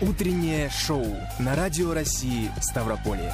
Утреннее шоу на Радио России Ставрополье.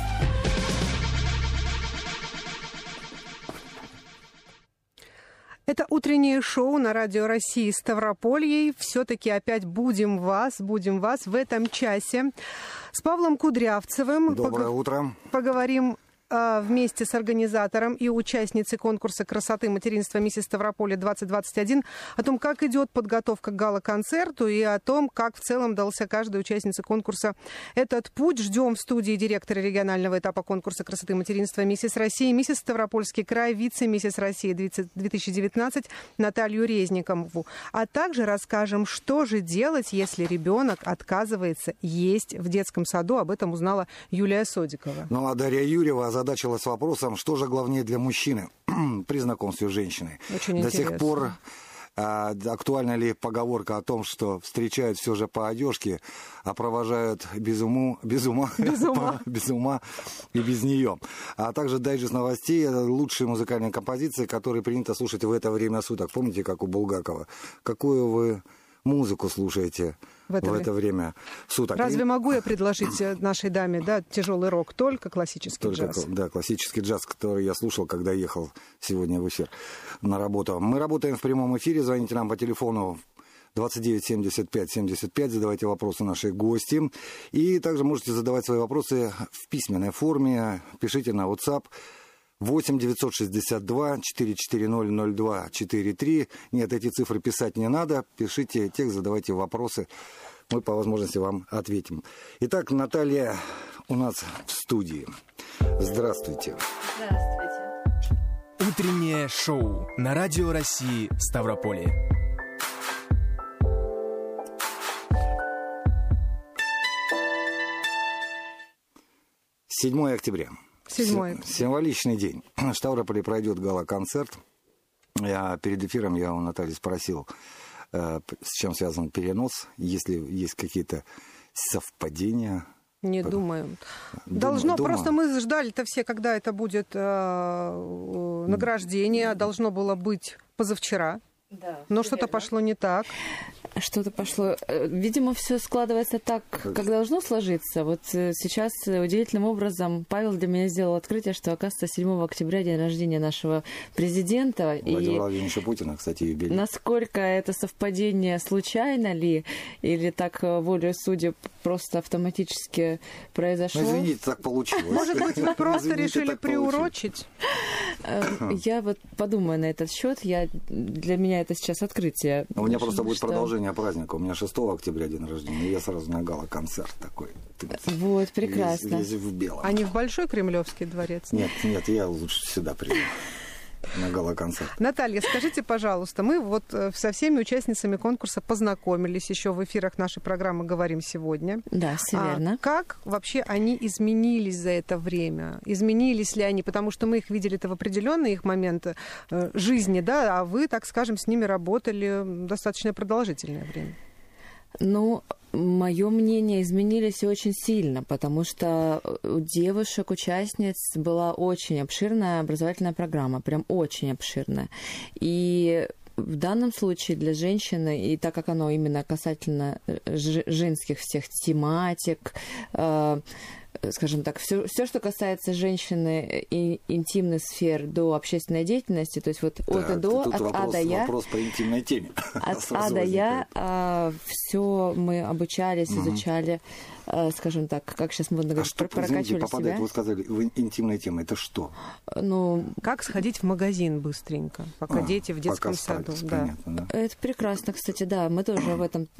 Это утреннее шоу на Радио России Ставрополье. Все-таки опять будем вас в этом часе. С Павлом Кудрявцевым. Доброе утро. Поговорим вместе с организатором и участницей конкурса красоты материнства «Миссис Ставрополье-2021» о том, как идет подготовка к гала-концерту и о том, как в целом дался каждой участнице конкурса этот путь. Ждем в студии директора регионального этапа конкурса красоты материнства «Миссис России», «Миссис Ставропольский край», вице-миссис России 2019 Наталью Резникову. А также расскажем, что же делать, если ребенок отказывается есть в детском саду. Об этом узнала Юлия Содикова. Ну а Дарья Юрьева озадачилась вопросом, что же главнее для мужчины при знакомстве с женщиной. Очень До интересно. сих пор актуальна ли поговорка о том, что встречают все же по одежке, а провожают без ума и без нее. А также дайджест новостей, лучшие музыкальные композиции, которые принято слушать в это время суток. Помните, как у Булгакова? Какую вы музыку слушаете в это время суток? Разве могу я предложить нашей даме, тяжелый рок, только классический джаз? Да, классический джаз, который я слушал, когда ехал сегодня в эфир на работу. Мы работаем в прямом эфире, звоните нам по телефону 29 75 75, задавайте вопросы нашей гости. И также можете задавать свои вопросы в письменной форме. Пишите на WhatsApp 8 962 440 02 43. Нет, эти цифры писать не надо. Пишите текст, задавайте вопросы. Мы по возможности вам ответим. Итак, Наталья у нас в студии. Здравствуйте. Здравствуйте. Утреннее шоу на Радио России Ставрополье. С октября. Символичный день. В Ставрополе пройдет гала-концерт. Перед эфиром я у Натальи спросил, с чем связан перенос, если есть какие-то совпадения. Не думаю. Должно, просто мы ждали-то все, когда это будет награждение. Должно было быть позавчера. Да, но что-то пошло не так. Что-то пошло. Видимо, все складывается так, как должно сложиться. Вот сейчас удивительным образом Павел для меня сделал открытие, что, оказывается, 7 октября день рождения нашего президента. Владимира Владимировича Путина, кстати, юбилей. Насколько это совпадение, случайно ли, или так волей судеб просто автоматически произошло? Ну, извините, так получилось. Может быть, мы просто решили приурочить? Я вот подумаю на этот счет. Для меня это сейчас открытие. У меня просто будет продолжение праздника. У меня 6 октября день рождения, и я сразу на гала-концерт такой. Вот, прекрасно. Весь в белом. А не в Большой Кремлевский дворец? Нет, я лучше сюда приду. На гала-концерт. Наталья, скажите, пожалуйста, мы вот со всеми участницами конкурса познакомились, еще в эфирах нашей программы «Говорим сегодня». Да, все верно. Как вообще они изменились за это время? Изменились ли они? Потому что мы их видели-то в определенный их момент жизни, да, а вы, так скажем, с ними работали достаточно продолжительное время. Ну, мое мнение, изменились очень сильно, потому что у девушек, участниц была очень обширная образовательная программа, прям очень обширная. И в данном случае для женщины, и так как оно именно касательно женских всех тематик, скажем так, все, что касается женщины и интимных сфер до общественной деятельности, то есть вот от и до, от А до Я. Вопрос по интимной теме. От А до Я все мы обучались, изучали, скажем так, как сейчас модно говорить, прокачивали себя. Вы сказали, в интимной теме, это что? Ну, как сходить в магазин быстренько, пока дети в детском саду. Понятно, да. Это прекрасно, кстати, да, мы тоже в этом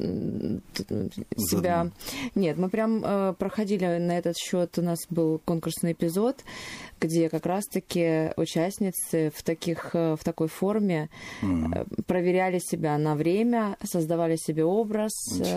себя... Нет, мы прям проходили на этот счет, у нас был конкурсный эпизод, где как раз-таки участницы в такой форме проверяли себя на время, создавали себе образ,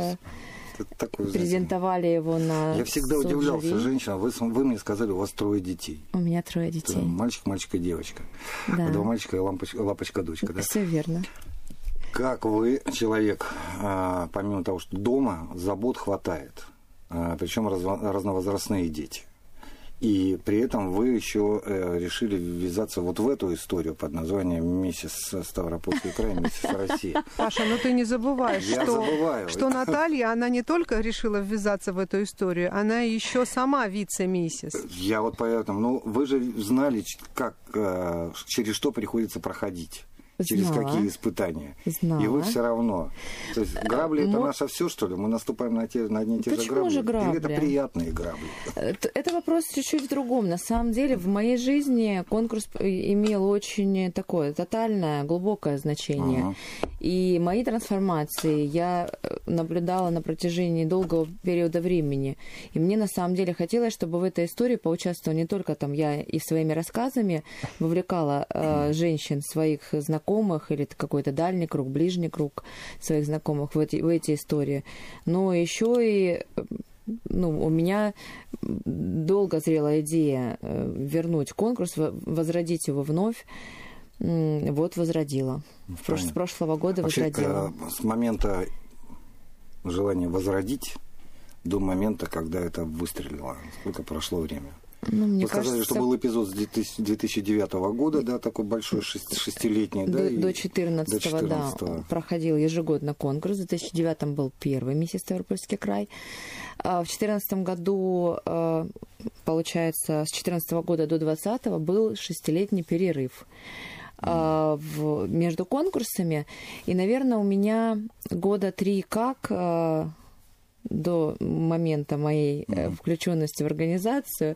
презентовали его на Я всегда удивлялся, женщина, вы мне сказали, у вас 3 детей. У меня 3 детей. Мальчик, и девочка. Да. 2 мальчика и лапочка, дочка, да? Все верно. Как вы, человек, помимо того, что дома забот хватает, причем разновозрастные дети, И при этом вы еще решили ввязаться вот в эту историю под названием «Миссис Ставропольский край», «Миссис Россия». Паша, ну ты не забываешь, что Наталья, она не только решила ввязаться в эту историю, она еще сама вице-миссис. Я вот поэтому, ну вы же знали, как, через что приходится проходить. Через какие испытания. Знала. И вы все равно. То есть грабли это наше все, что ли? Мы наступаем на одни и те же грабли. Или это приятные грабли? Это вопрос чуть-чуть в другом. На самом деле, в моей жизни конкурс имел очень такое тотальное, глубокое значение. И мои трансформации я наблюдала на протяжении долгого периода времени. И мне на самом деле хотелось, чтобы в этой истории поучаствовала не только там я и своими рассказами вовлекала женщин, своих знакомых, или какой-то дальний круг, ближний круг своих знакомых в эти истории. Но еще и у меня долго зрела идея вернуть конкурс, возродить его вновь. Вот возродила. С прошлого года вообще, возродила. С момента желания возродить до момента, когда это выстрелило, сколько прошло время? Вы сказали, что был эпизод с 2009 года, да, такой большой, шестилетний, да? До 2014, да, проходил ежегодно конкурс. В 2009 был первый «Миссис Ставропольский край». В 2014 году, получается, с 2014 года до 2020 был 6-летний перерыв между конкурсами. И, наверное, у меня года 3 до момента моей включенности в организацию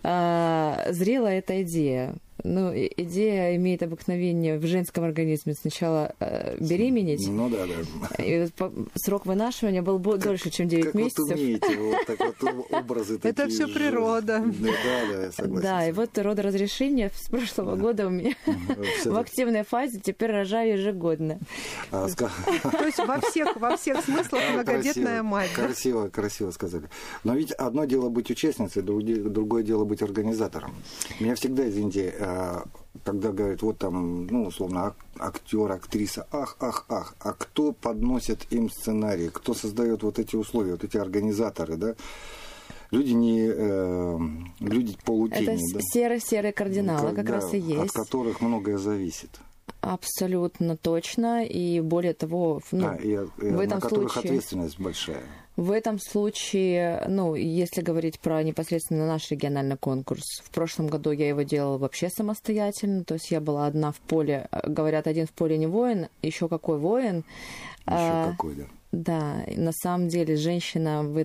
зрела эта идея. Ну, идея имеет обыкновение в женском организме сначала беременеть. Ну да, да. И срок вынашивания был дольше, чем 9 месяцев. Вот умеете, вот так вот образы такие. Это все природа. Да, я согласен. Да, и вот родоразрешение с прошлого года у меня в активной фазе, теперь рожаю ежегодно. То есть во всех смыслах многодетная мать. Красиво сказали. Но ведь одно дело быть участницей, другое дело быть организатором. Меня всегда, извините, когда говорят, вот там, ну, условно, актер, актриса, ах, а кто подносит им сценарий, кто создает вот эти условия, вот эти организаторы, да? Люди люди полутени. Это да? серые кардиналы как раз и есть. От которых многое зависит. Абсолютно точно. И более того, в этом на которых случае... ответственность большая. В этом случае, если говорить про непосредственно наш региональный конкурс, в прошлом году я его делала вообще самостоятельно, то есть я была одна в поле, говорят, один в поле не воин, еще какой воин. Еще какой, да. Да, на самом деле женщина в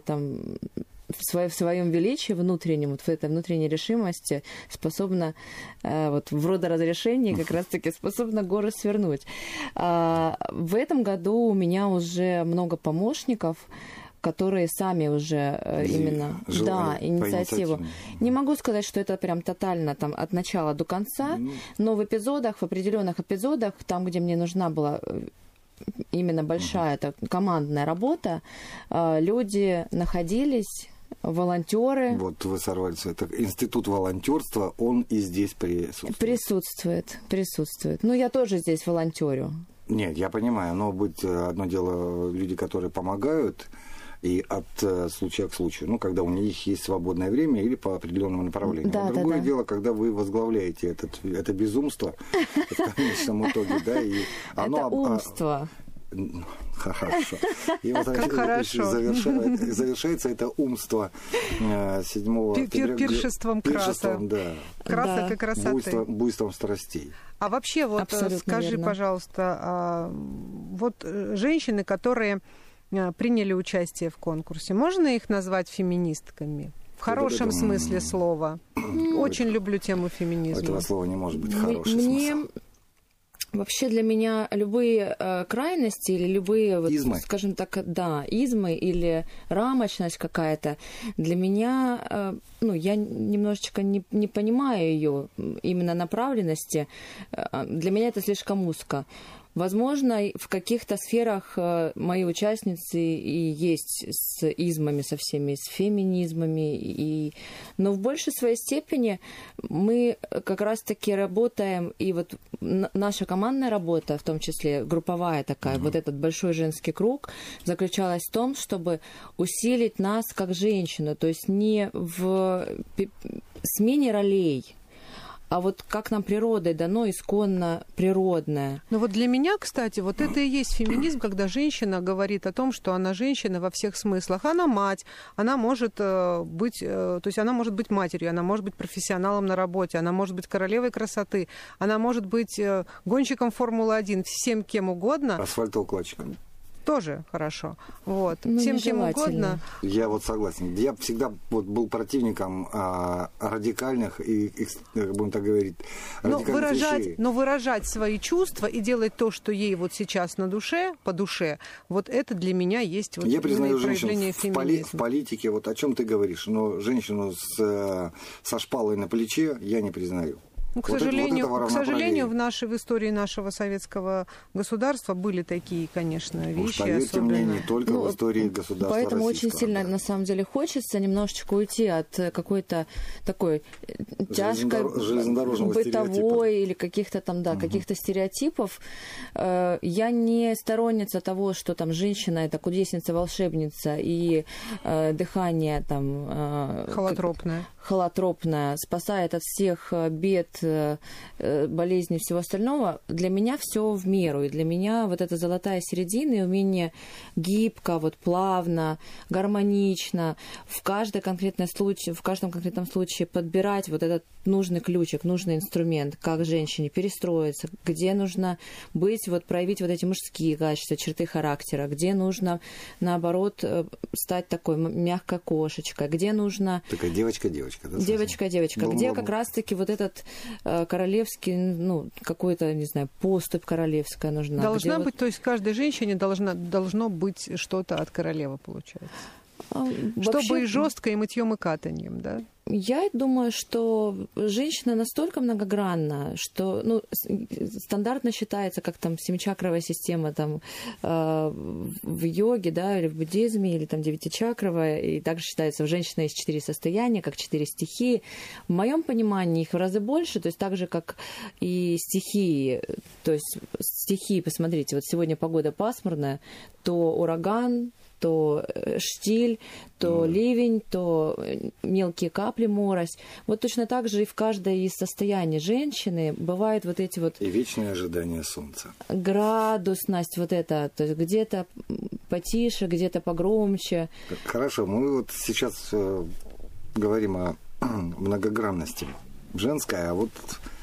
своем величии внутреннем, в этой внутренней решимости способна в родоразрешении как раз-таки способна горы свернуть. В этом году у меня уже много помощников, которые сами уже именно инициативу. Не могу сказать, что это прям тотально там от начала до конца, но в определенных эпизодах, там, где мне нужна была именно большая командная работа, люди находились, волонтеры. Вот вы сорвались. Это институт волонтерства, он и здесь присутствует. Присутствует. Ну, я тоже здесь волонтерю. Нет, я понимаю, но быть одно дело люди, которые помогают, и от случая к случаю, когда у них есть свободное время или по определенному направлению. Да, другое дело, когда вы возглавляете это безумство в конечном итоге, да, и оно... Это умство. Хорошо. И вот завершается это умство 7 пиршеством красок. Да. Красок и красоты. Буйством страстей. А вообще, вот скажи, верно. Пожалуйста, вот женщины, которые приняли участие в конкурсе, можно их назвать феминистками? В хорошем смысле слова. Очень люблю тему феминизма. Этого слова не может быть хороший смысл. Вообще для меня любые крайности или любые, измы. Скажем так, измы или рамочность какая-то, для меня, я немножечко не понимаю ее именно направленности. Для меня это слишком узко. Возможно, в каких-то сферах мои участницы и есть с измами со всеми, с феминизмами, но в большей своей степени мы как раз-таки работаем, и вот наша командная работа, в том числе групповая такая, вот этот большой женский круг, заключалась в том, чтобы усилить нас как женщину, то есть не в смене ролей. А вот как нам природой дано, исконно природное. Ну вот для меня, кстати, вот это и есть феминизм, когда женщина говорит о том, что она женщина во всех смыслах. Она мать, она может быть, то есть она может быть матерью, она может быть профессионалом на работе, она может быть королевой красоты, она может быть гонщиком Формулы-1, всем кем угодно. Асфальтоукладчиком. Тоже хорошо. Вот. Ну, всем кем угодно. Я вот согласен. Я всегда вот был противником радикальных и, будем так говорить, радикальных вещей. Но выражать свои чувства и делать то, что ей вот сейчас на душе, по душе, вот это для меня есть вот я признаю проявление феминизма. В политике, вот о чем ты говоришь, но женщину со шпалой на плече я не признаю. Ну, к сожалению, в истории нашего советского государства были такие, конечно, вещи. Поверьте особенно. мне, не только в истории государства Поэтому российского. очень сильно, на самом деле, хочется немножечко уйти от какой-то такой тяжкой бытовой или каких-то там, каких-то стереотипов. Я не сторонница того, что там женщина — это кудесница, волшебница, и дыхание там... холотропная, спасает от всех бед, болезней и всего остального. Для меня все в меру. И для меня вот эта золотая середина и умение гибко, вот плавно, гармонично в каждом конкретном случае подбирать вот этот нужный ключик, нужный инструмент, как женщине перестроиться, где нужно быть, вот проявить вот эти мужские качества, черты характера, где нужно, наоборот, стать такой мягкой кошечкой, где нужно... Такая девочка-девочка, да? Девочка-девочка, где как раз-таки вот этот королевский, ну, какой-то, не знаю, поступь королевская нужна. Должна быть, то есть каждой женщине должно быть что-то от королевы, получается. Чтобы и жестко, и мытьем, и катаньем, да? Я думаю, что женщина настолько многогранна, что, ну, стандартно считается, как там семичакровая система там в йоге, да, или в буддизме, или там девятичакровая, и также считается, у женщины есть 4 состояния, как 4 стихии. В моем понимании их в разы больше, то есть так же, как и стихии. То есть стихии, посмотрите, вот сегодня погода пасмурная, то ураган, то штиль, то ливень, то мелкие капли, морось. Вот точно так же и в каждой из состояний женщины бывают вот эти вот... И вечное ожидание солнца. Градусность вот эта, то есть где-то потише, где-то погромче. Хорошо, мы вот сейчас говорим о многогранности женской, а вот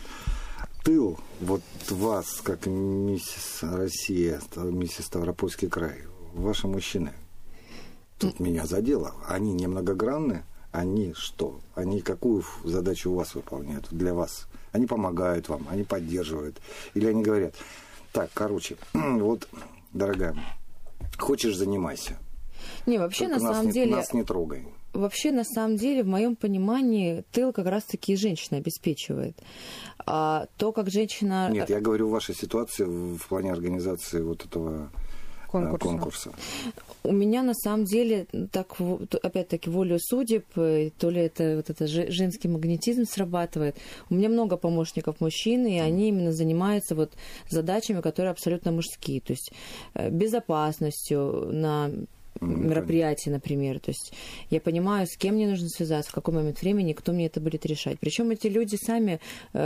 тыл вот вас, как миссис Россия, миссис Ставропольский край, ваши мужчины, тут меня задело. Они не многогранны, они что? Они какую задачу у вас выполняют для вас? Они помогают вам, они поддерживают. Или они говорят, так, короче, вот, дорогая, хочешь — занимайся. Не, вообще, только на самом деле... Нас не трогай. Вообще, на самом деле, в моем понимании, тыл как раз-таки женщина обеспечивает. А то, как женщина... Нет, я говорю в вашей ситуации в плане организации вот этого... конкурса. У меня на самом деле, так, опять-таки, волю судеб, то ли это вот это женский магнетизм срабатывает. У меня много помощников мужчин, и они именно занимаются вот задачами, которые абсолютно мужские. То есть безопасностью на мероприятии, например. То есть я понимаю, с кем мне нужно связаться, в какой момент времени, кто мне это будет решать. Причем эти люди сами...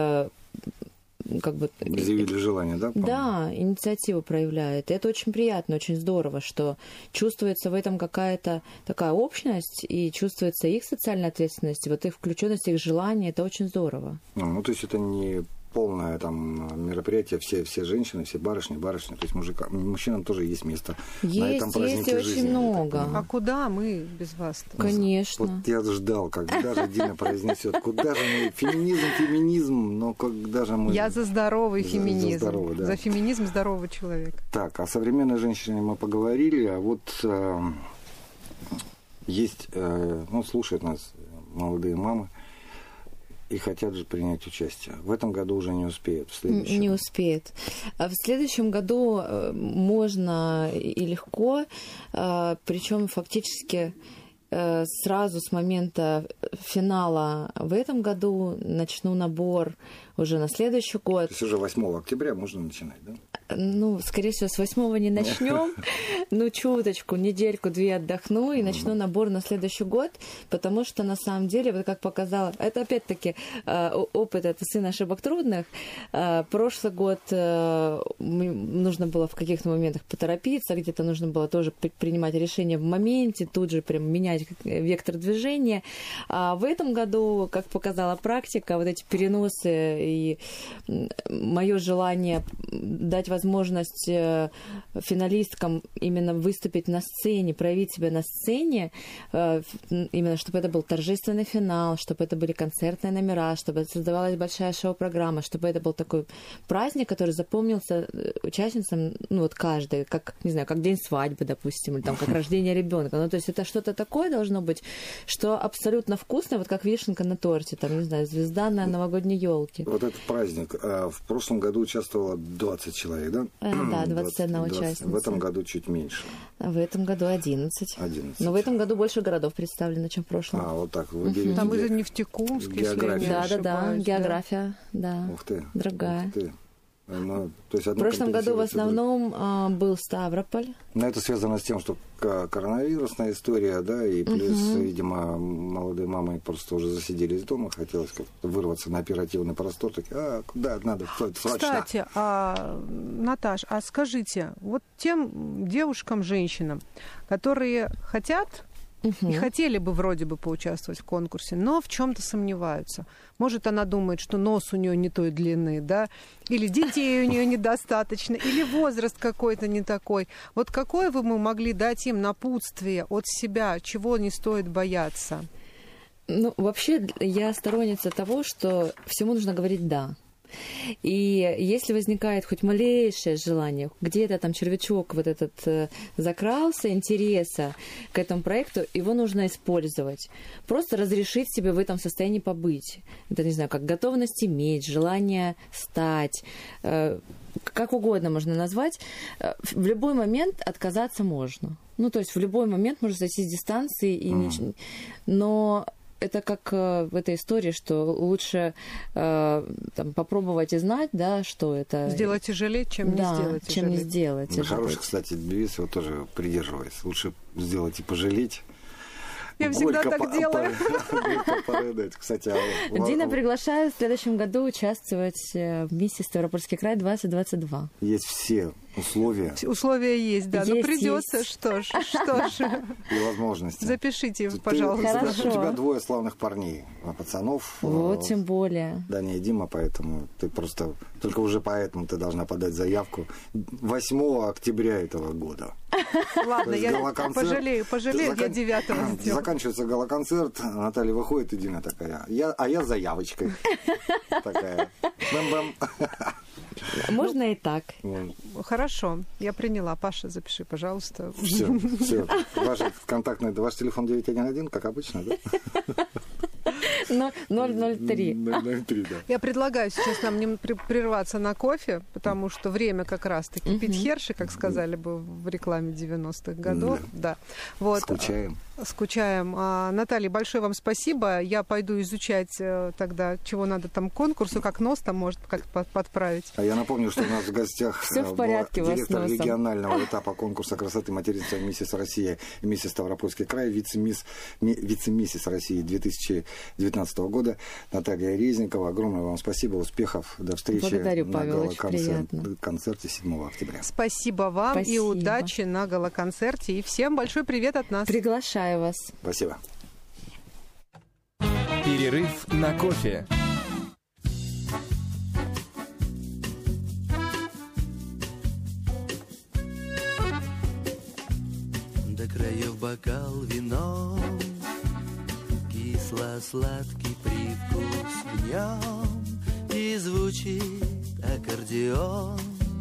как бы... Изъявили желание, да? Да, инициативу проявляют. И это очень приятно, очень здорово, что чувствуется в этом какая-то такая общность, и чувствуется их социальная ответственность, вот их включенность, их желание. Это очень здорово. Ну, то есть это не полное там мероприятие, все женщины, все барышни. То есть мужчинам тоже есть место на этом празднике жизни. Есть очень много. А куда мы без вас? Конечно. Вот я ждал, когда же Дина произнесет, куда же мы, феминизм, но когда же мы... Я за здоровый феминизм. За здоровый, да. За феминизм здорового человека. Так, о современной женщине мы поговорили, а вот есть, слушают нас молодые мамы, и хотят же принять участие. В этом году уже не успеют. В следующем... Не успеет. В следующем году можно и легко, причем фактически сразу с момента финала в этом году начну набор уже на следующий год. То есть уже 8 октября можно начинать, да? Ну, скорее всего, с 8-го не начнем. Ну, чуточку, недельку-две отдохну и начну набор на следующий год, потому что, на самом деле, вот как показала, это опять-таки опыт, это сын ошибок трудных. Прошлый год нужно было в каких-то моментах поторопиться, где-то нужно было тоже принимать решения в моменте, тут же прям менять вектор движения. А в этом году, как показала практика, вот эти переносы и мое желание дать возможность финалисткам именно выступить на сцене, проявить себя на сцене, именно чтобы это был торжественный финал, чтобы это были концертные номера, чтобы создавалась большая шоу-программа, чтобы это был такой праздник, который запомнился участницам, ну вот каждой, как, не знаю, как день свадьбы, допустим, или там как рождение ребенка. Ну, то есть это что-то такое должно быть, что абсолютно вкусное, вот как вишенка на торте, там, не знаю, звезда на новогодней елке. Вот этот праздник. В прошлом году участвовало 20 человек, да? Да, 21 участница. В этом году чуть меньше. В этом году 11. 11. Но в этом году больше городов представлено, чем в прошлом. Вот так. Вы берете Там и Нефтекумск, если я не ошибаюсь. География, да. Ух ты. Другая. Ух ты. То есть в прошлом году в основном был Ставрополь. Но это связано с тем, что коронавирусная история, да, и плюс, видимо, молодые мамы просто уже засиделись дома, хотелось как-то вырваться на оперативный простор, такие, куда надо, срочно. Кстати, Наташ, скажите, вот тем девушкам, женщинам, которые хотят и хотели бы вроде бы поучаствовать в конкурсе, но в чем-то сомневаются. Может, она думает, что нос у нее не той длины, да, или детей у нее недостаточно, или возраст какой-то не такой. Вот какое вы могли дать им напутствие от себя, чего не стоит бояться? Ну, вообще, я сторонница того, что всему нужно говорить «да». И если возникает хоть малейшее желание, где-то там червячок вот этот закрался, интереса к этому проекту, его нужно использовать. Просто разрешить себе в этом состоянии побыть. Это, не знаю, как готовность иметь, желание стать, как угодно можно назвать. В любой момент отказаться можно. Ну, то есть в любой момент можно сойти с дистанции, но... Это как в этой истории, что лучше попробовать и знать, да, что это... Сделать и жалеть, чем не сделать. Чем не сделать. Хороший, кстати, девиз, его тоже придерживаюсь. Лучше сделать и пожалеть. Я всегда так делаю. Кстати, Дина приглашаю в следующем году участвовать в миссии Ставропольский край 2022. Есть все условия. Условия есть, да. Но придется, есть. Что ж. И возможности. Запишите, пожалуйста. Хорошо. У тебя двое славных парней, пацанов. Вот, тем более. Даня и Дима, поэтому ты просто... Только уже поэтому ты должна подать заявку 8 октября этого года. Ладно, я пожалею, я 9-го сделаю. Заканчивается галоконцерт, Наталья выходит, и Дина такая, я с заявочкой. Такая. Бэм-бэм. Можно и так. Хорошо, я приняла. Паша, запиши, пожалуйста. Все. Ваш телефон 911, как обычно, да? 003. 003, да. Я предлагаю сейчас нам прерваться на кофе, потому что время как раз-таки пить херши, как сказали бы в рекламе 90-х годов. Да. Вот. Скучаем. Наталья, большое вам спасибо. Я пойду изучать тогда, чего надо там конкурсу, как нос там может как подправить. А я напомню, что у нас в гостях директор регионального этапа конкурса красоты материнства «Миссис Россия» и «Миссис Ставропольский край», вице-миссис России 2019 года Наталья Резникова. Огромное вам спасибо, успехов, до встречи. Благодарю, Павел, очень приятно. На концерте 7 октября. Спасибо вам и удачи на галоконцерте. И всем большой привет от нас. Приглашаю вас. Спасибо. Перерыв на кофе. До краев бокал вином, кисло-сладкий привкус в нем, и звучит аккордеон.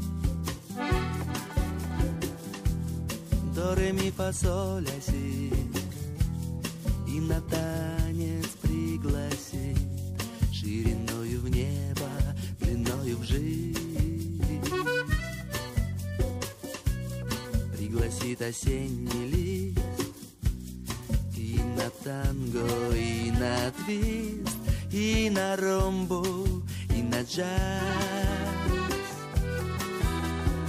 До ре ми фа соль ля си, и на танец пригласит шириною в небо, длиною в жизнь. Пригласит осенний лист и на танго, и на твист, и на ромбу, и на джаз.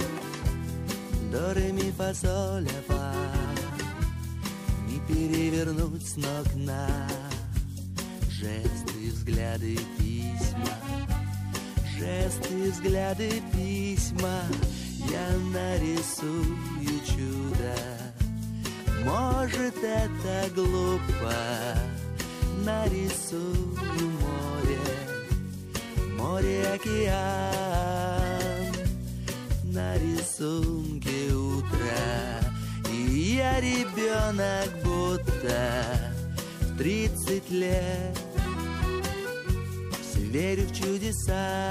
до ре ми фа соль ля фа, не перевернуть с ног на. Жесты, взгляды, письма, жесты, взгляды, письма, я нарисую чудо. Может, это глупо, нарисую море, море, океан, на рисунке утра. И я ребенок, будто в 30 лет, все верю в чудеса.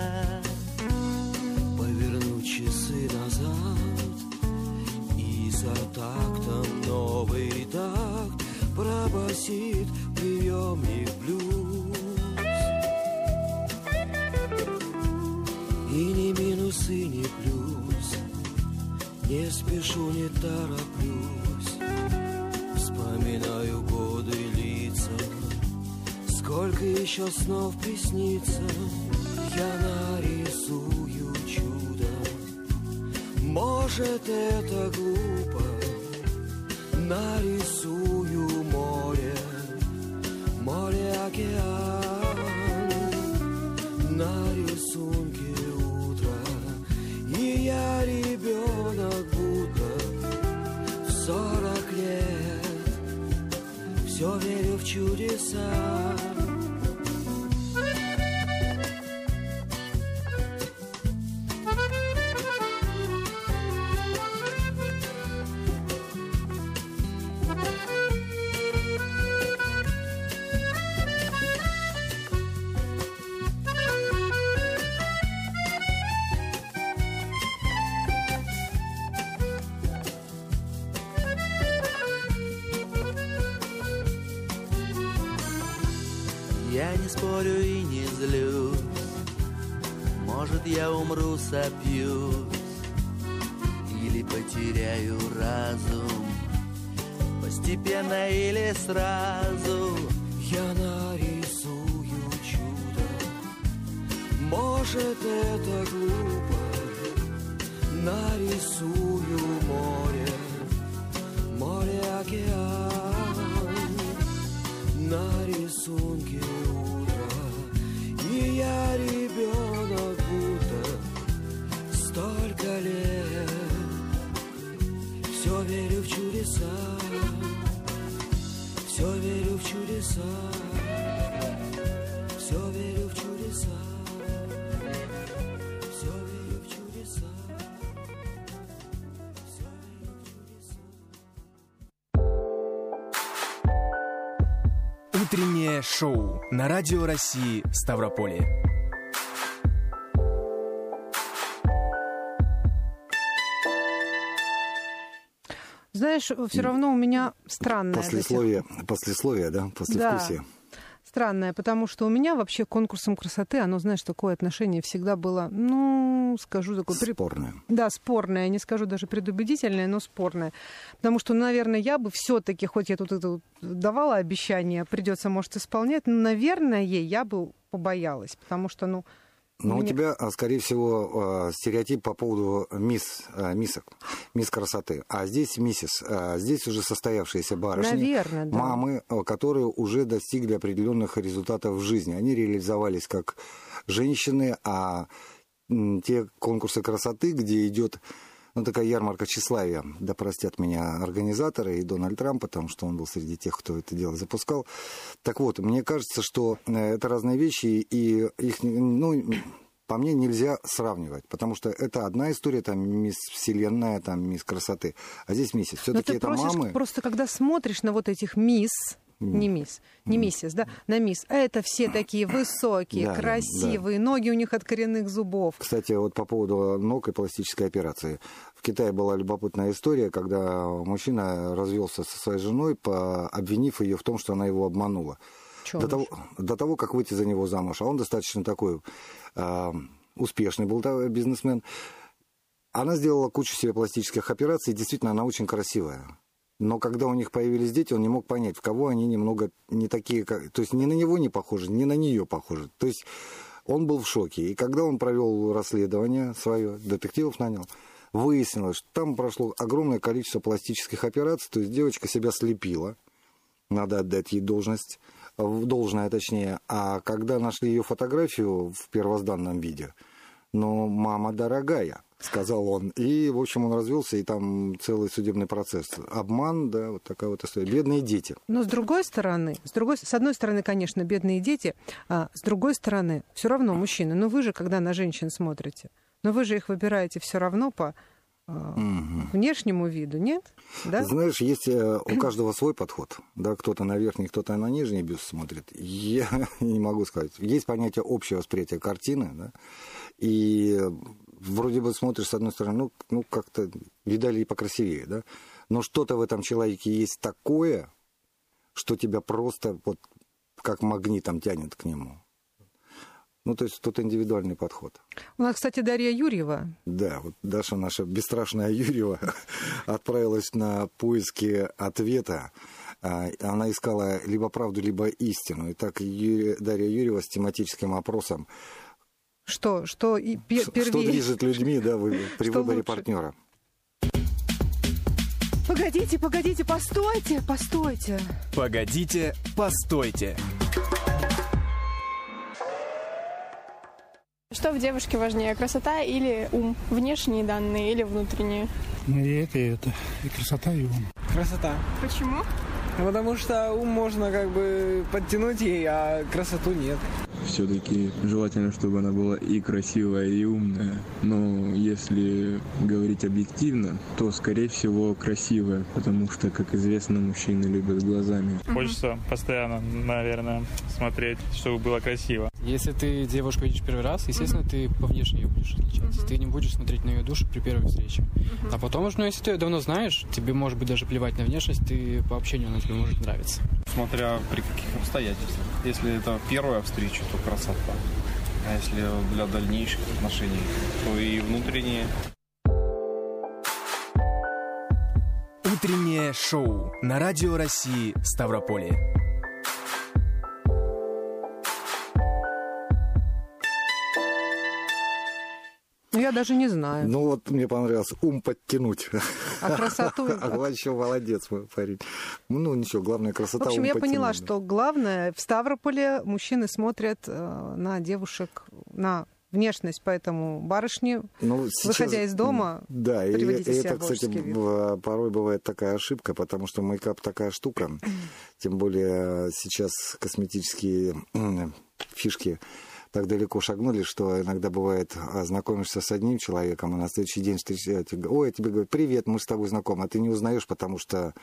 Поверну часы назад, и за тактом новый такт пробасит приемник блюз. И ни минус, и ни плюс, не спешу, не тороплюсь, вспоминаю годы, лица, сколько еще снов приснится. Я нарисую чудо, может, это глупо, нарисую море, море, океан, на рисунке утра. И я ребенок, будто в 40 лет, все верю в чудеса. Я не спорю и не злюсь, может, я умру, сопьюсь или потеряю разум, постепенно или сразу. Я нарисую чудо, может, это глупо, нарисую море, море, океан, на рисунке утра. И я ребенок, будто столько лет, все верю в чудеса, все верю в чудеса, все верю в чудеса, все верю в чудеса, все верю в чудеса. Утреннее шоу на Радио России Ставрополье. Знаешь, все равно у меня странное... Послесловие, да? Послевкусие. Да, странное, потому что у меня вообще к конкурсам красоты, оно, знаешь, такое отношение всегда было, ну, скажу такое... Спорное. Да, спорное, не скажу даже предубедительное, но спорное. Потому что, наверное, я бы все-таки, хоть я тут это давала обещание, придется, может, исполнять, но, наверное, я бы побоялась, потому что, ну... Но у тебя, скорее всего, стереотип по поводу мисс красоты. А здесь миссис. Здесь уже состоявшие барышни, наверное, да. Мамы, которые уже достигли определенных результатов в жизни. Они реализовались как женщины, а те конкурсы красоты, где идет такая ярмарка тщеславия, да простят меня организаторы и Дональд Трамп, потому что он был среди тех, кто это дело запускал. Так вот, мне кажется, что это разные вещи, и их, по мне, нельзя сравнивать, потому что это одна история, там, мисс Вселенная, там, мисс красоты, а здесь миссис. Все-таки это мамы. Просто когда смотришь на вот этих мисс, не миссис, да, на мисс. А это все такие высокие, да, красивые, да. Ноги у них от коренных зубов. Кстати, вот по поводу ног и пластической операции. В Китае была любопытная история, когда мужчина развелся со своей женой, обвинив ее в том, что она его обманула. До того, как выйти за него замуж. А он достаточно такой успешный был бизнесмен. Она сделала кучу себе пластических операций, и действительно, она очень красивая. Но когда у них появились дети, он не мог понять, в кого они немного не такие, то есть ни на него не похожи, ни на нее похожи. То есть он был в шоке. И когда он провел расследование свое, детективов нанял, выяснилось, что там прошло огромное количество пластических операций, то есть девочка себя слепила, надо отдать ей должное точнее, а когда нашли ее фотографию в первозданном виде, ну, мама дорогая, сказал он, и, в общем, он развелся, и там целый судебный процесс. Обман, да, вот такая вот история. Бедные дети. Но с другой стороны, с одной стороны, конечно, бедные дети, а с другой стороны, все равно мужчины, ну вы же, когда на женщин смотрите, но вы же их выбираете все равно по внешнему виду, нет? Да? Знаешь, есть у каждого свой подход. Да, кто-то на верхний, кто-то на нижний бюст смотрит. Я не могу сказать. Есть понятие общего восприятия картины, да, и вроде бы смотришь, с одной стороны, ну как-то видали и покрасивее, да, но что-то в этом человеке есть такое, что тебя просто вот как магнитом тянет к нему. Ну, то есть тут индивидуальный подход. У нас, кстати, Дарья Юрьева. Да, вот Даша, наша бесстрашная Юрьева, отправилась на поиски ответа. Она искала либо правду, либо истину. Итак, Дарья Юрьева с тематическим опросом. Что движет людьми, да, при выборе лучше? партнера? Погодите, постойте. Погодите, постойте. Что в девушке важнее, красота или ум? Внешние данные или внутренние? Ну и это. И красота, и ум. Красота. Почему? Потому что ум можно как бы подтянуть ей, а красоту нет. Все-таки желательно, чтобы она была и красивая, и умная. Но если говорить объективно, то, скорее всего, красивая. Потому что, как известно, мужчины любят глазами. Хочется постоянно, наверное, смотреть, чтобы было красиво. Если ты девушку видишь первый раз, естественно, ты по внешней ее будешь отличать. Ты не будешь смотреть на ее душу при первой встрече. А потом уж, если ты ее давно знаешь, тебе может быть даже плевать на внешность, ты по общению она тебе может нравиться. Смотря при каких обстоятельствах. Если это первая встреча, то красота. А если для дальнейших отношений, то и внутренние. Утреннее шоу на Радио России Ставрополье. Я даже не знаю. Ну вот мне понравилось ум подтянуть. А красоту... Вообще молодец мой парень. Ну ничего, главное красота. В общем, я поняла, да. что главное, в Ставрополе мужчины смотрят на девушек, на внешность, поэтому барышни, выходя из дома, да, приводите и себя это, в божеский кстати, вид. порой бывает такая ошибка, потому что мейкап такая штука, тем более сейчас косметические фишки так далеко шагнули, что иногда бывает, знакомишься с одним человеком, а на следующий день встречаете, ой, тебе говорят, привет, мы с тобой знакомы, а ты не узнаешь, потому что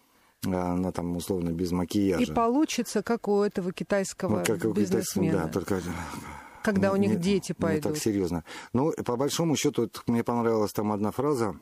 она там условно без макияжа. И получится, как у этого китайского бизнесмена. Да, только... Когда у них дети пойдут. Не так серьезно. Ну, по большому счету, мне понравилась там одна фраза.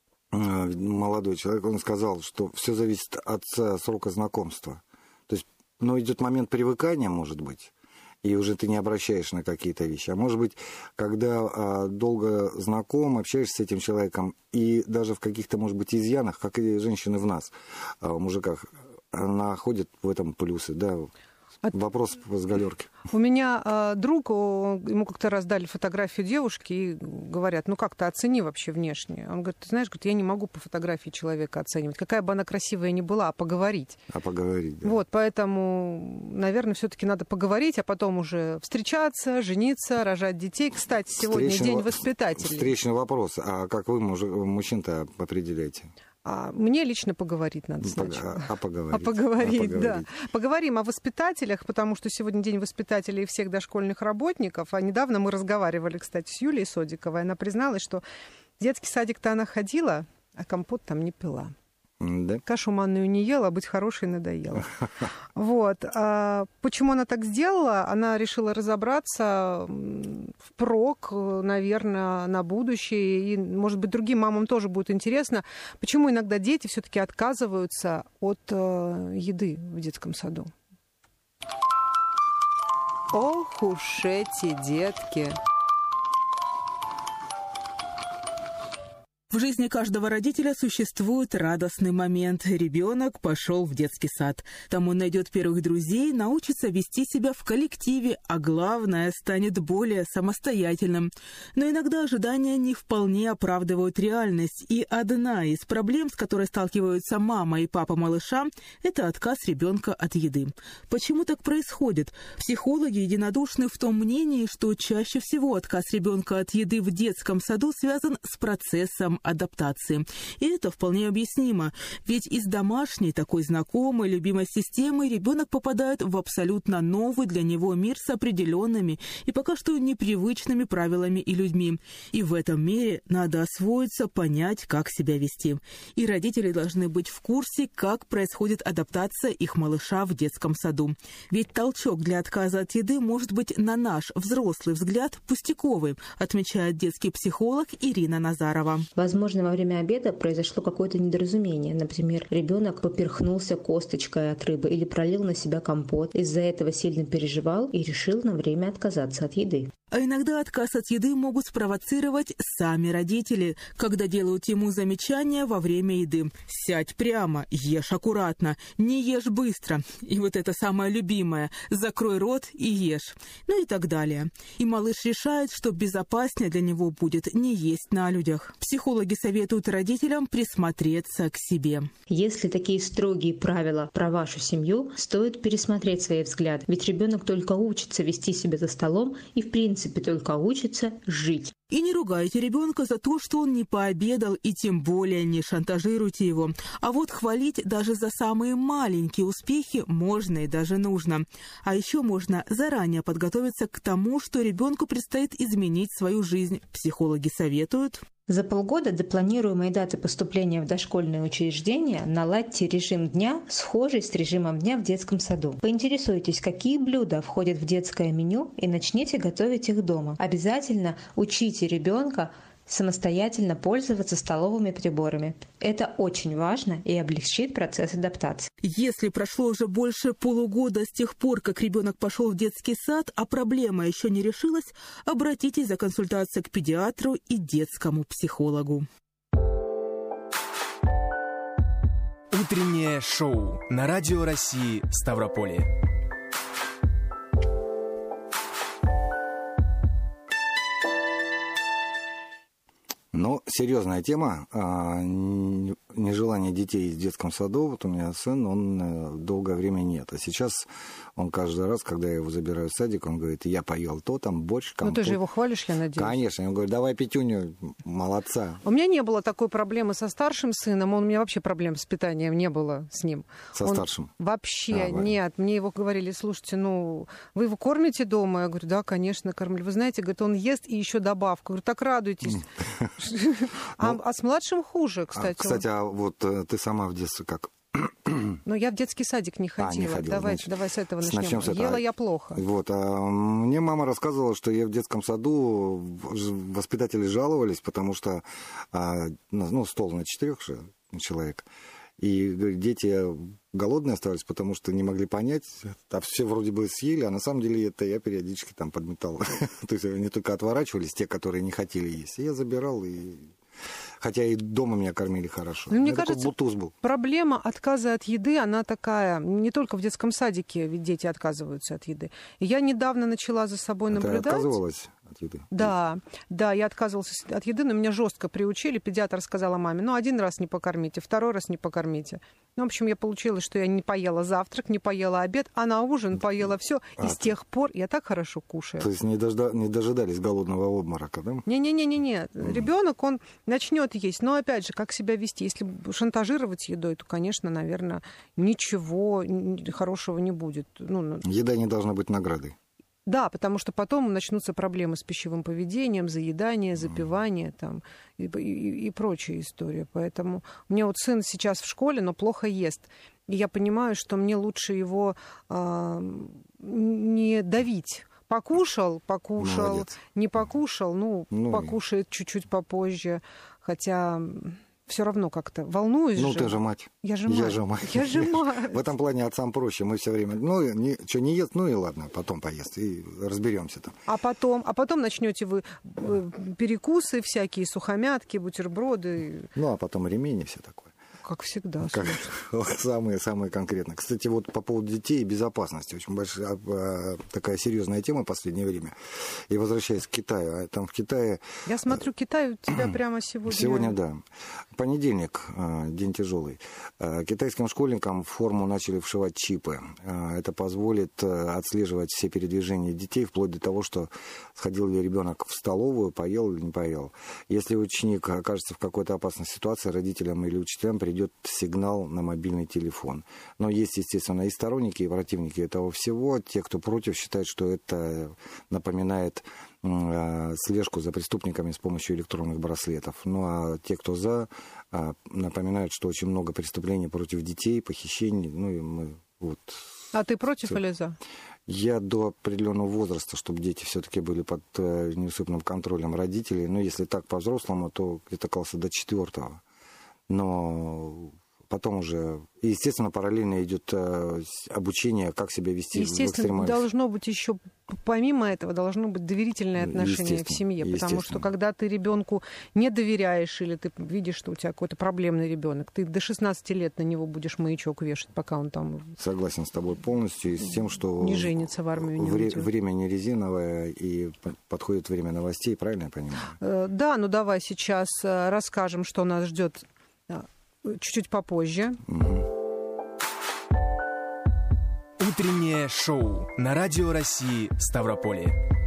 Молодой человек, он сказал, что все зависит от срока знакомства. То есть, идет момент привыкания, может быть, и уже ты не обращаешь на какие-то вещи. А может быть, когда долго знаком, общаешься с этим человеком, и даже в каких-то, может быть, изъянах, как и женщины в нас, в мужиках, находят в этом плюсы, да. Вопрос с галерки. У меня друг, ему как-то раз дали фотографию девушки и говорят, как-то оцени вообще внешне. Он говорит, ты знаешь, я не могу по фотографии человека оценивать, какая бы она красивая ни была, а поговорить. А поговорить, да. Вот, поэтому, наверное, все-таки надо поговорить, а потом уже встречаться, жениться, рожать детей. Кстати, сегодня день воспитателей. Встречный вопрос. А как вы, мужчин-то, определяете? Мне лично поговорить надо сначала. Поговорить, да. Поговорим о воспитателях, потому что сегодня день воспитателей всех дошкольных работников. А недавно мы разговаривали, кстати, с Юлией Содиковой. Она призналась, что в детский садик-то она ходила, а компот там не пила. Да? Кашу манную не ела, а быть хорошей надоело. Вот. Почему она так сделала? Она решила разобраться впрок, наверное, на будущее. И, может быть, другим мамам тоже будет интересно, почему иногда дети все-таки отказываются от еды в детском саду. Ох уж эти детки! В жизни каждого родителя существует радостный момент. Ребенок пошел в детский сад. Там он найдет первых друзей, научится вести себя в коллективе, а главное, станет более самостоятельным. Но иногда ожидания не вполне оправдывают реальность. И одна из проблем, с которой сталкиваются мама и папа малыша, это отказ ребенка от еды. Почему так происходит? Психологи единодушны в том мнении, что чаще всего отказ ребенка от еды в детском саду связан с процессом адаптации. И это вполне объяснимо, ведь из домашней, такой знакомой, любимой системы ребенок попадает в абсолютно новый для него мир с определенными и пока что непривычными правилами и людьми. И в этом мире надо освоиться, понять, как себя вести. И родители должны быть в курсе, как происходит адаптация их малыша в детском саду. Ведь толчок для отказа от еды может быть, на наш взрослый взгляд, пустяковый, отмечает детский психолог Ирина Назарова. Возможно, во время обеда произошло какое-то недоразумение. Например, ребенок поперхнулся косточкой от рыбы или пролил на себя компот. Из-за этого сильно переживал и решил на время отказаться от еды. А иногда отказ от еды могут спровоцировать сами родители, когда делают ему замечания во время еды. «Сядь прямо, ешь аккуратно, не ешь быстро». И вот это самое любимое «закрой рот и ешь». Ну и так далее. И малыш решает, что безопаснее для него будет не есть на людях. Психологи советуют родителям присмотреться к себе. Если такие строгие правила про вашу семью, стоит пересмотреть свои взгляды. Ведь ребенок только учится вести себя за столом и в принципе только учится жить. И не ругайте ребенка за то, что он не пообедал, и тем более не шантажируйте его. А вот хвалить даже за самые маленькие успехи можно и даже нужно. А еще можно заранее подготовиться к тому, что ребенку предстоит изменить свою жизнь. Психологи советуют. За полгода до планируемой даты поступления в дошкольное учреждение наладьте режим дня, схожий с режимом дня в детском саду. Поинтересуйтесь, какие блюда входят в детское меню, и начните готовить их дома. Обязательно учите ребенка самостоятельно пользоваться столовыми приборами. Это очень важно и облегчит процесс адаптации. Если прошло уже больше полугода с тех пор, как ребенок пошел в детский сад, а проблема еще не решилась, обратитесь за консультацией к педиатру и детскому психологу. Утреннее шоу на Радио России Ставрополье. Но серьезная тема. Нежелание детей в детском саду. Вот у меня сын, он долгое время нет. А сейчас он каждый раз, когда я его забираю в садик, он говорит: я поел то, там борщ, компот. Ну ты же его хвалишь, я надеюсь. Конечно. Он говорит: давай пятюню, молодца. У меня не было такой проблемы со старшим сыном. У меня вообще проблем с питанием не было с ним. Со старшим? Вообще нет. Мне его говорили: слушайте, ну вы его кормите дома? Я говорю: да, конечно, кормлю. Вы знаете, говорит, он ест и еще добавку. Я говорю: так радуйтесь. А с младшим хуже, кстати. Кстати, а вот ты сама в детстве как? Ну, я в детский садик не ходила. Давай с этого начнем. Ела я плохо. Вот, мне мама рассказывала, что я в детском саду, воспитатели жаловались, потому что стол на 4 человек. И говорит, дети голодные оставались, потому что не могли понять, а все вроде бы съели, а на самом деле это я периодически там подметал. То есть они только отворачивались, те, которые не хотели есть. И я забирал, хотя и дома меня кормили хорошо. Ну, мне кажется, проблема отказа от еды, она такая, не только в детском садике, ведь дети отказываются от еды. И я недавно начала за собой наблюдать. Ты отказывалась от еды? Да, я отказывалась от еды, но меня жестко приучили. Педиатр сказала маме: ну, 1 раз не покормите, 2 раз не покормите. Ну, в общем, я получила, что я не поела завтрак, не поела обед, а на ужин поела все. И с тех пор я так хорошо кушаю. То есть не дожидались голодного обморока, да? Не. Ребенок, он начнет есть. Но, опять же, как себя вести? Если шантажировать едой, то, конечно, наверное, ничего хорошего не будет. Еда не должна быть наградой. Да, потому что потом начнутся проблемы с пищевым поведением, заедание, запивание там, и прочая история. Поэтому у меня вот сын сейчас в школе, но плохо ест. И я понимаю, что мне лучше его не давить. Покушал, Молодец. не покушал, покушает чуть-чуть попозже. Хотя все равно как-то волнуюсь. Ну, ты же мать. Я же мать. В этом плане отцам проще. Мы все время, что не ест, ну и ладно, потом поест, и разберемся там. А потом начнете вы перекусы всякие, сухомятки, бутерброды. Ну, а потом ремень и все такое. Как всегда. Самые конкретно. Кстати, вот по поводу детей и безопасности. Очень большая такая серьезная тема в последнее время. И возвращаясь к Китаю. Там в Китае... Я смотрю, Китай у тебя прямо сегодня... Сегодня, да. Понедельник, день тяжелый. Китайским школьникам в форму начали вшивать чипы. Это позволит отслеживать все передвижения детей, вплоть до того, что сходил ли ребенок в столовую, поел или не поел. Если ученик окажется в какой-то опасной ситуации, родителям или учителям придет сигнал на мобильный телефон. Но есть, естественно, и сторонники, и противники этого всего. Те, кто против, считают, что это напоминает слежку за преступниками с помощью электронных браслетов. Ну а те, кто за, напоминают, что очень много преступлений против детей, похищений. Ну и мы вот... А ты против или за? Я до определенного возраста, чтобы дети все-таки были под неусыпным контролем родителей. Но если так по-взрослому, то где-то класса до 4-го. Но потом уже, естественно, параллельно идет обучение, как себя вести в экстремальности. Естественно, должно быть еще, помимо этого, должно быть доверительное отношение в семье. Потому что когда ты ребенку не доверяешь, или ты видишь, что у тебя какой-то проблемный ребенок, ты до 16 лет на него будешь маячок вешать, пока он там... Согласен с тобой полностью. И с тем, что... Не женится в армию, не уйдет. Время не резиновое, и подходит время новостей, правильно я понимаю? Да, ну давай сейчас расскажем, что нас ждет чуть-чуть попозже. Утреннее шоу на Радио России Ставрополье.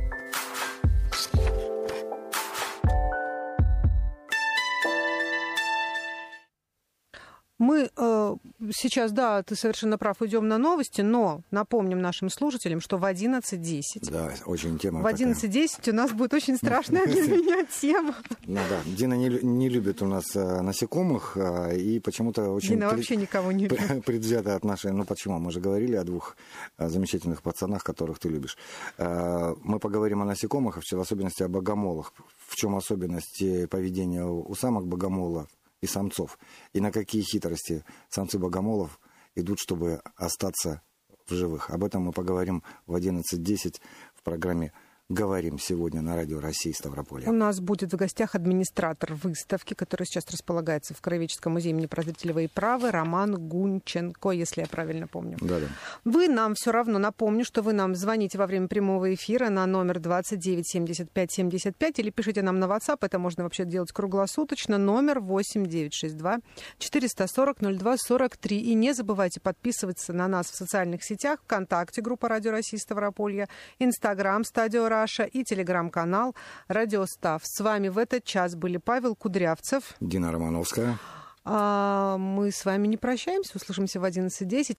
Мы сейчас, да, ты совершенно прав, идем на новости, но напомним нашим слушателям, что в 11:10... Да, очень тема в 11:10 у нас будет очень страшная для меня тема. Ну да, Дина не любит у нас насекомых, и почему-то очень... Дина вообще никого не любит. Предвзято отношение. Ну почему? Мы же говорили о двух замечательных пацанах, которых ты любишь. Мы поговорим о насекомых, в особенности о богомолах. В чем особенность поведения у самок богомола и самцов, и на какие хитрости самцы богомолов идут, чтобы остаться в живых. Об этом мы поговорим в 11:10 в программе «Говорим» сегодня на Радио России Ставрополье. У нас будет в гостях администратор выставки, которая сейчас располагается в Краеведческом музее имени Прозрителева правы, Роман Гунченко, если я правильно помню. Да. Вы нам все равно, напомню, что вы нам звоните во время прямого эфира на номер 29 75 75 или пишите нам на WhatsApp, это можно вообще делать круглосуточно, номер 8962 440 02 43. И не забывайте подписываться на нас в социальных сетях, ВКонтакте, группа Радио России Ставрополье, Инстаграм, Стадио Раша и телеграм-канал Радио Став. С вами в этот час были Павел Кудрявцев, Дина Романовская. Мы с вами не прощаемся, услышимся в 11:10.